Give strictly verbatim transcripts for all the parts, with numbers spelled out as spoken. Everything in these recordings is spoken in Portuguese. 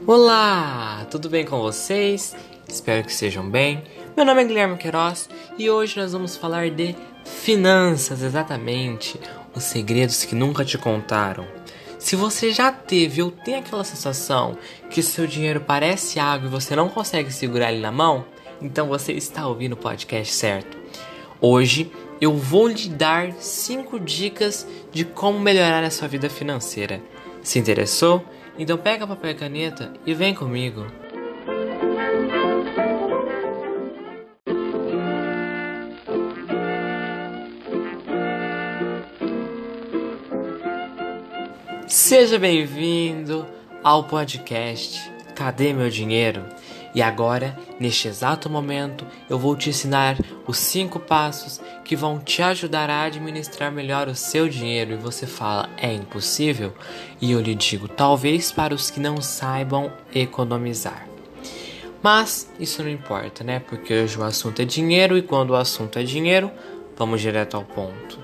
Olá, tudo bem com vocês? Espero que estejam bem. Meu nome é Guilherme Queiroz e hoje nós vamos falar de finanças, exatamente, os segredos que nunca te contaram. Se você já teve ou tem aquela sensação que seu dinheiro parece água e você não consegue segurar ele na mão, então você está ouvindo o podcast certo. Hoje eu vou lhe dar cinco dicas de como melhorar a sua vida financeira. Se interessou? Então pega papel e caneta e vem comigo. Seja bem-vindo ao podcast Cadê Meu Dinheiro? E agora, neste exato momento, eu vou te ensinar os cinco passos que vão te ajudar a administrar melhor o seu dinheiro. E você fala, é impossível? E eu lhe digo, talvez para os que não saibam economizar. Mas isso não importa, né? Porque hoje o assunto é dinheiro e quando o assunto é dinheiro, vamos direto ao ponto.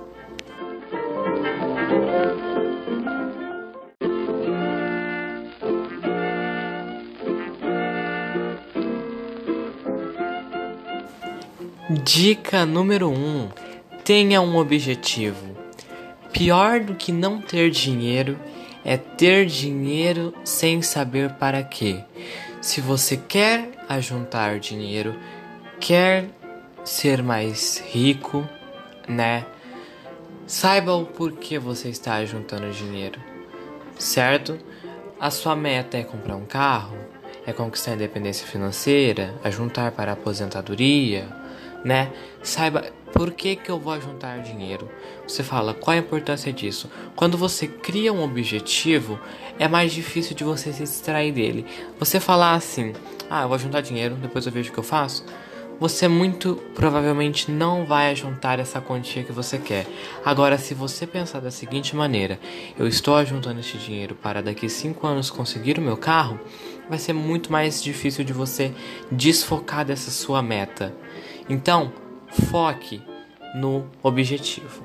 Dica número um. Tenha um objetivo. Pior do que não ter dinheiro é ter dinheiro sem saber para quê. Se você quer ajuntar dinheiro, quer ser mais rico, né? Saiba o porquê você está ajuntando dinheiro, certo? A sua meta é comprar um carro, é conquistar a independência financeira, ajuntar para a aposentadoria, né? Saiba por que que eu vou juntar dinheiro. Você fala, qual a importância disso? Quando você cria um objetivo, é mais difícil de você se distrair dele. Você falar assim, ah, eu vou juntar dinheiro, depois eu vejo o que eu faço. Você muito provavelmente não vai juntar essa quantia que você quer. Agora, se você pensar da seguinte maneira, eu estou ajuntando este dinheiro para daqui cinco anos conseguir o meu carro, vai ser muito mais difícil de você desfocar dessa sua meta. Então, foque no objetivo.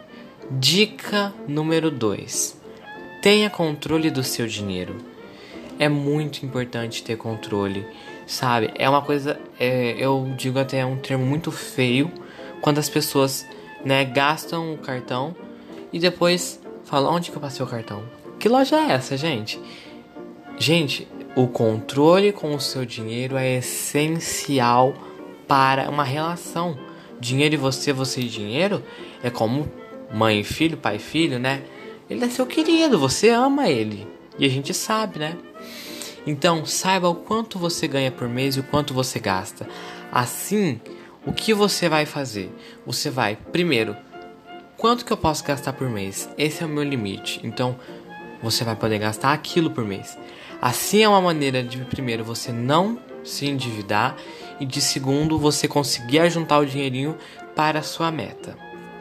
Dica número dois. Tenha controle do seu dinheiro. É muito importante ter controle, sabe? É uma coisa, é, eu digo até é um termo muito feio, quando as pessoas, né, gastam o cartão e depois falam, onde que eu passei o cartão? Que loja é essa, gente? Gente, o controle com o seu dinheiro é essencial para uma relação. Dinheiro e você, você e dinheiro é como mãe e filho, pai e filho, né? Ele é seu querido, você ama ele. E a gente sabe, né? Então, saiba o quanto você ganha por mês e o quanto você gasta. Assim, o que você vai fazer? Você vai, primeiro, quanto que eu posso gastar por mês? Esse é o meu limite. Então, você vai poder gastar aquilo por mês. Assim é uma maneira de, primeiro, você não se endividar e de segundo, você conseguir juntar o dinheirinho para a sua meta.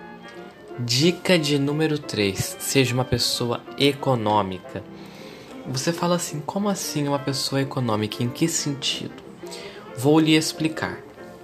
Dica de número três. Seja uma pessoa econômica. Você fala assim, como assim uma pessoa econômica? Em que sentido? Vou lhe explicar.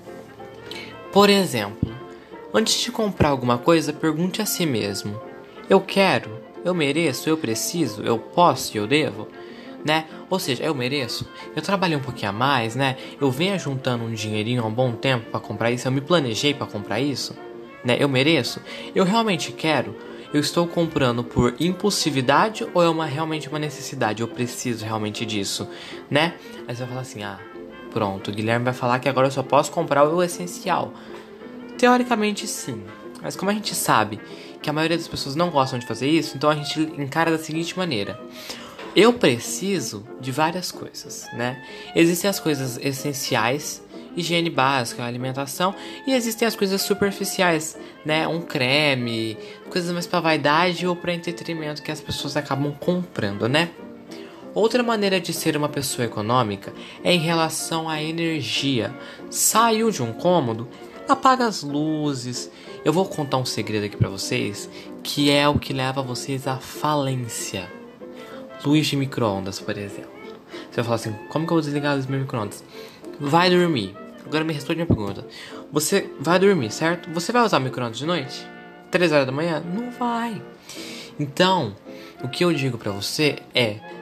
Por exemplo, antes de comprar alguma coisa, pergunte a si mesmo. Eu quero? Eu mereço? Eu preciso? Eu posso e eu devo? Né? Ou seja, eu mereço? Eu trabalhei um pouquinho a mais, né? Eu venho juntando um dinheirinho há um bom tempo para comprar isso. Eu me planejei para comprar isso, né? Eu mereço? Eu realmente quero? Eu estou comprando por impulsividade ou é uma, realmente uma necessidade? Eu preciso realmente disso, né? Aí você vai falar assim, ah, pronto, o Guilherme vai falar que agora eu só posso comprar o essencial. Teoricamente sim, mas como a gente sabe que a maioria das pessoas não gostam de fazer isso, então a gente encara da seguinte maneira. Eu preciso de várias coisas, né? Existem as coisas essenciais, higiene básica, alimentação, e existem as coisas superficiais, né? Um creme, coisas mais para vaidade ou para entretenimento que as pessoas acabam comprando, né? Outra maneira de ser uma pessoa econômica é em relação à energia. Saiu de um cômodo, apaga as luzes. Eu vou contar um segredo aqui para vocês, que é o que leva vocês à falência. Luz de micro-ondas, por exemplo. Você vai falar assim, como que eu vou desligar a luz do meu micro-ondas? Vai dormir. Agora me responde minha pergunta. Você vai dormir, certo? Você vai usar o micro-ondas de noite? Três horas da manhã? Não vai. Então, o que eu digo pra você é,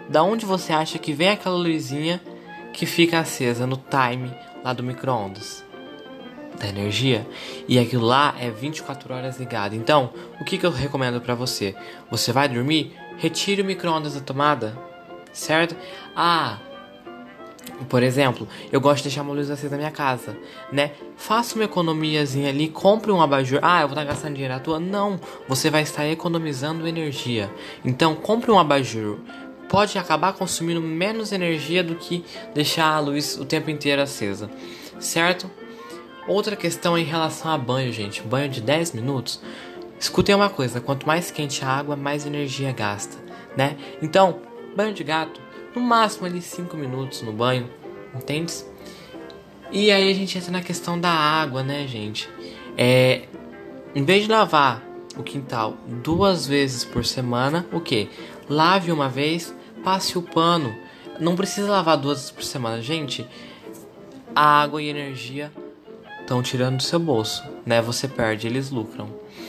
Da onde você acha que vem aquela luzinha que fica acesa no time lá do micro-ondas? Da energia. E aquilo lá é vinte e quatro horas ligado. Então, o que, que eu recomendo pra você? Você vai dormir? Retire o micro-ondas da tomada, certo? Ah, por exemplo, eu gosto de deixar uma luz acesa na minha casa, né? Faça uma economiazinha ali, compre um abajur. Ah, eu vou estar gastando dinheiro à toa? Não, você vai estar economizando energia. Então, compre um abajur. Pode acabar consumindo menos energia do que deixar a luz o tempo inteiro acesa, certo? Outra questão é em relação a banho, gente. Banho de dez minutos. Escutem uma coisa, quanto mais quente a água, mais energia gasta, né? Então, banho de gato, no máximo ali cinco minutos no banho, entende? E aí a gente entra na questão da água, né, gente? É, em vez de lavar o quintal duas vezes por semana, o que? Lave uma vez, passe o pano. Não precisa lavar duas vezes por semana, gente. A água e a energia estão tirando do seu bolso, né? Você perde, eles lucram.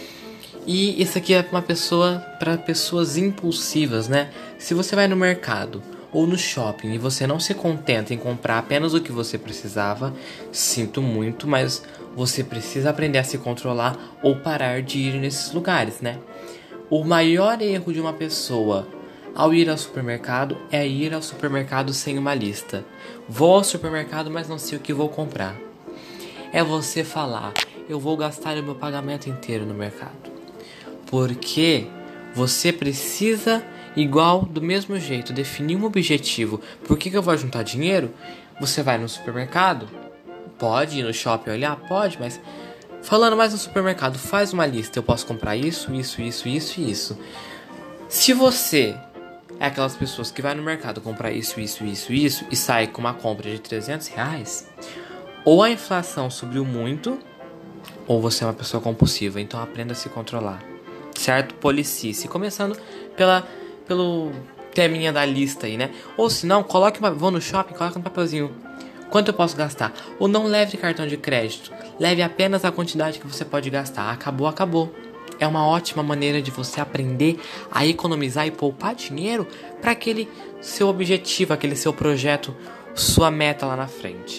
E isso aqui é uma pessoa para pessoas impulsivas, né? Se você vai no mercado ou no shopping e você não se contenta em comprar apenas o que você precisava, sinto muito, mas você precisa aprender a se controlar ou parar de ir nesses lugares, né? O maior erro de uma pessoa ao ir ao supermercado é ir ao supermercado sem uma lista. Vou ao supermercado, mas não sei o que vou comprar. É você falar, eu vou gastar o meu pagamento inteiro no mercado. Porque você precisa, igual, do mesmo jeito, definir um objetivo. Por que que eu vou juntar dinheiro? Você vai no supermercado, pode ir no shopping olhar, pode, mas falando mais no supermercado, faz uma lista. Eu posso comprar isso, isso, isso, isso e isso. Se você é aquelas pessoas que vai no mercado comprar isso, isso, isso, isso e sai com uma compra de trezentos reais, ou a inflação subiu muito, ou você é uma pessoa compulsiva. Então aprenda a se controlar, certo? Policie-se, começando pela, pelo teminha da lista aí, né? Ou se não, coloque uma, vou no shopping, coloque um papelzinho. Quanto eu posso gastar? Ou não leve cartão de crédito. Leve apenas a quantidade que você pode gastar. Acabou, acabou. É uma ótima maneira de você aprender a economizar e poupar dinheiro para aquele seu objetivo, aquele seu projeto, sua meta lá na frente.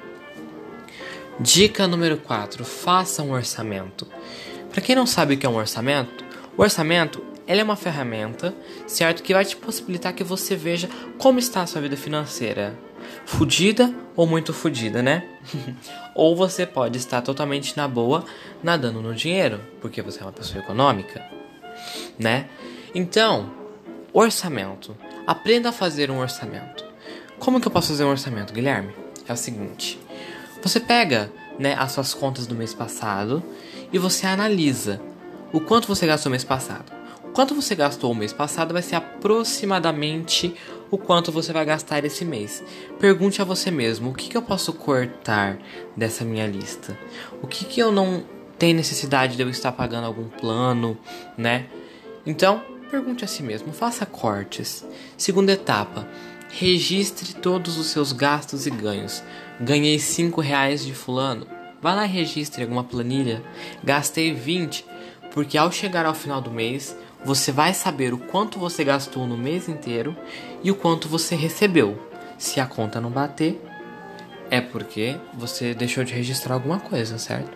Dica número quatro. Faça um orçamento. Para quem não sabe o que é um orçamento, o orçamento ele é uma ferramenta, certo? Que vai te possibilitar que você veja como está a sua vida financeira. Fudida ou muito fudida, né? Ou você pode estar totalmente na boa, nadando no dinheiro, porque você é uma pessoa econômica, né? Então, orçamento. Aprenda a fazer um orçamento. Como que eu posso fazer um orçamento, Guilherme? É o seguinte. Você pega, né, as suas contas do mês passado e você analisa o quanto você gastou no mês passado. O quanto você gastou o mês passado vai ser aproximadamente o quanto você vai gastar esse mês. Pergunte a você mesmo, o que, que eu posso cortar dessa minha lista? O que, que eu não tenho necessidade de eu estar pagando algum plano, né? Então, pergunte a si mesmo, faça cortes. Segunda etapa, registre todos os seus gastos e ganhos. Ganhei cinco reais de fulano. Vá lá e registre alguma planilha. Gastei vinte, porque ao chegar ao final do mês, você vai saber o quanto você gastou no mês inteiro e o quanto você recebeu. Se a conta não bater, é porque você deixou de registrar alguma coisa, certo?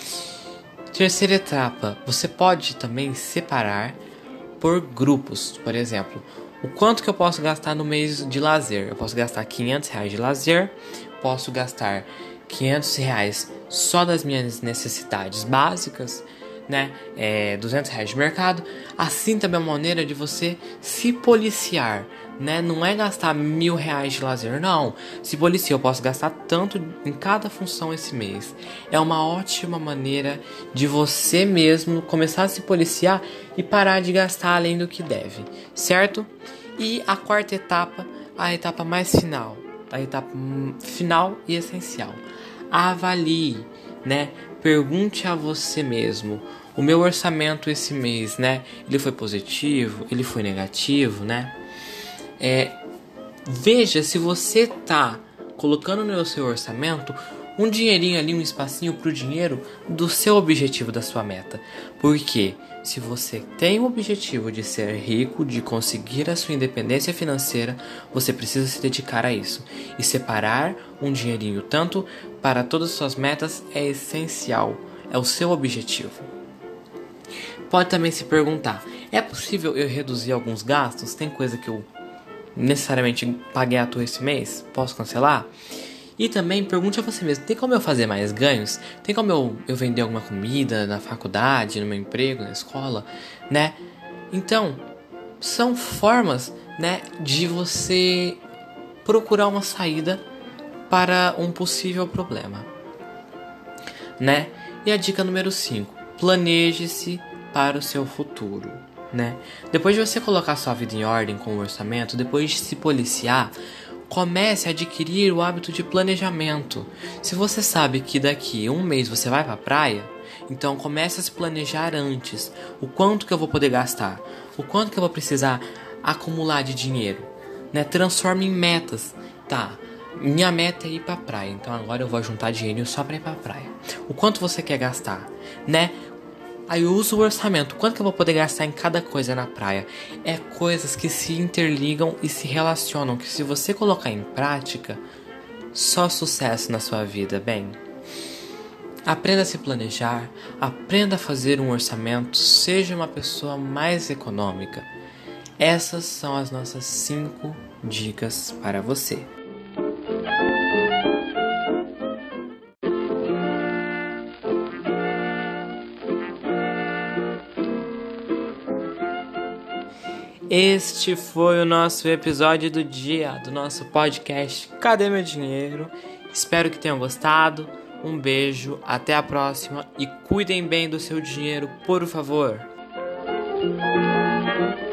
Terceira etapa, você pode também separar por grupos. Por exemplo, o quanto que eu posso gastar no mês de lazer? Eu posso gastar quinhentos reais de lazer, posso gastar quinhentos reais só das minhas necessidades básicas, né? É, duzentos reais de mercado. Assim também é uma maneira de você se policiar, né? Não é gastar mil reais de lazer, não. Se policiar, eu posso gastar tanto em cada função esse mês. É uma ótima maneira de você mesmo começar a se policiar e parar de gastar além do que deve, certo? E a quarta etapa, a etapa mais final, a etapa final e essencial. Avalie, né? Pergunte a você mesmo, o meu orçamento esse mês, né? Ele foi positivo? Ele foi negativo, né? É, veja se você tá colocando no seu orçamento um dinheirinho ali, um espacinho pro dinheiro do seu objetivo, da sua meta. Porque se você tem o objetivo de ser rico, de conseguir a sua independência financeira, você precisa se dedicar a isso. E separar um dinheirinho tanto para todas as suas metas é essencial, é o seu objetivo. Pode também se perguntar, é possível eu reduzir alguns gastos? Tem coisa que eu necessariamente paguei à toa esse mês? Posso cancelar? E também pergunte a você mesmo, tem como eu fazer mais ganhos? Tem como eu, eu vender alguma comida na faculdade, no meu emprego, na escola, né? Então, são formas, né, de você procurar uma saída para um possível problema, né? E a dica número cinco, planeje-se para o seu futuro, né? Depois de você colocar sua vida em ordem com o orçamento, depois de se policiar, comece a adquirir o hábito de planejamento. Se você sabe que daqui a um mês você vai para a praia, então comece a se planejar antes. O quanto que eu vou poder gastar? O quanto que eu vou precisar acumular de dinheiro? Né? Transforme em metas. Tá, minha meta é ir para a praia, então agora eu vou juntar dinheiro só para ir para a praia. O quanto você quer gastar? Né? Aí eu uso o orçamento. Quanto que eu vou poder gastar em cada coisa na praia? É coisas que se interligam e se relacionam, que se você colocar em prática, só sucesso na sua vida, bem. Aprenda a se planejar, aprenda a fazer um orçamento, seja uma pessoa mais econômica. Essas são as nossas cinco dicas para você. Este foi o nosso episódio do dia do nosso podcast Cadê Meu Dinheiro? Espero que tenham gostado. Um beijo, até a próxima e cuidem bem do seu dinheiro, por favor.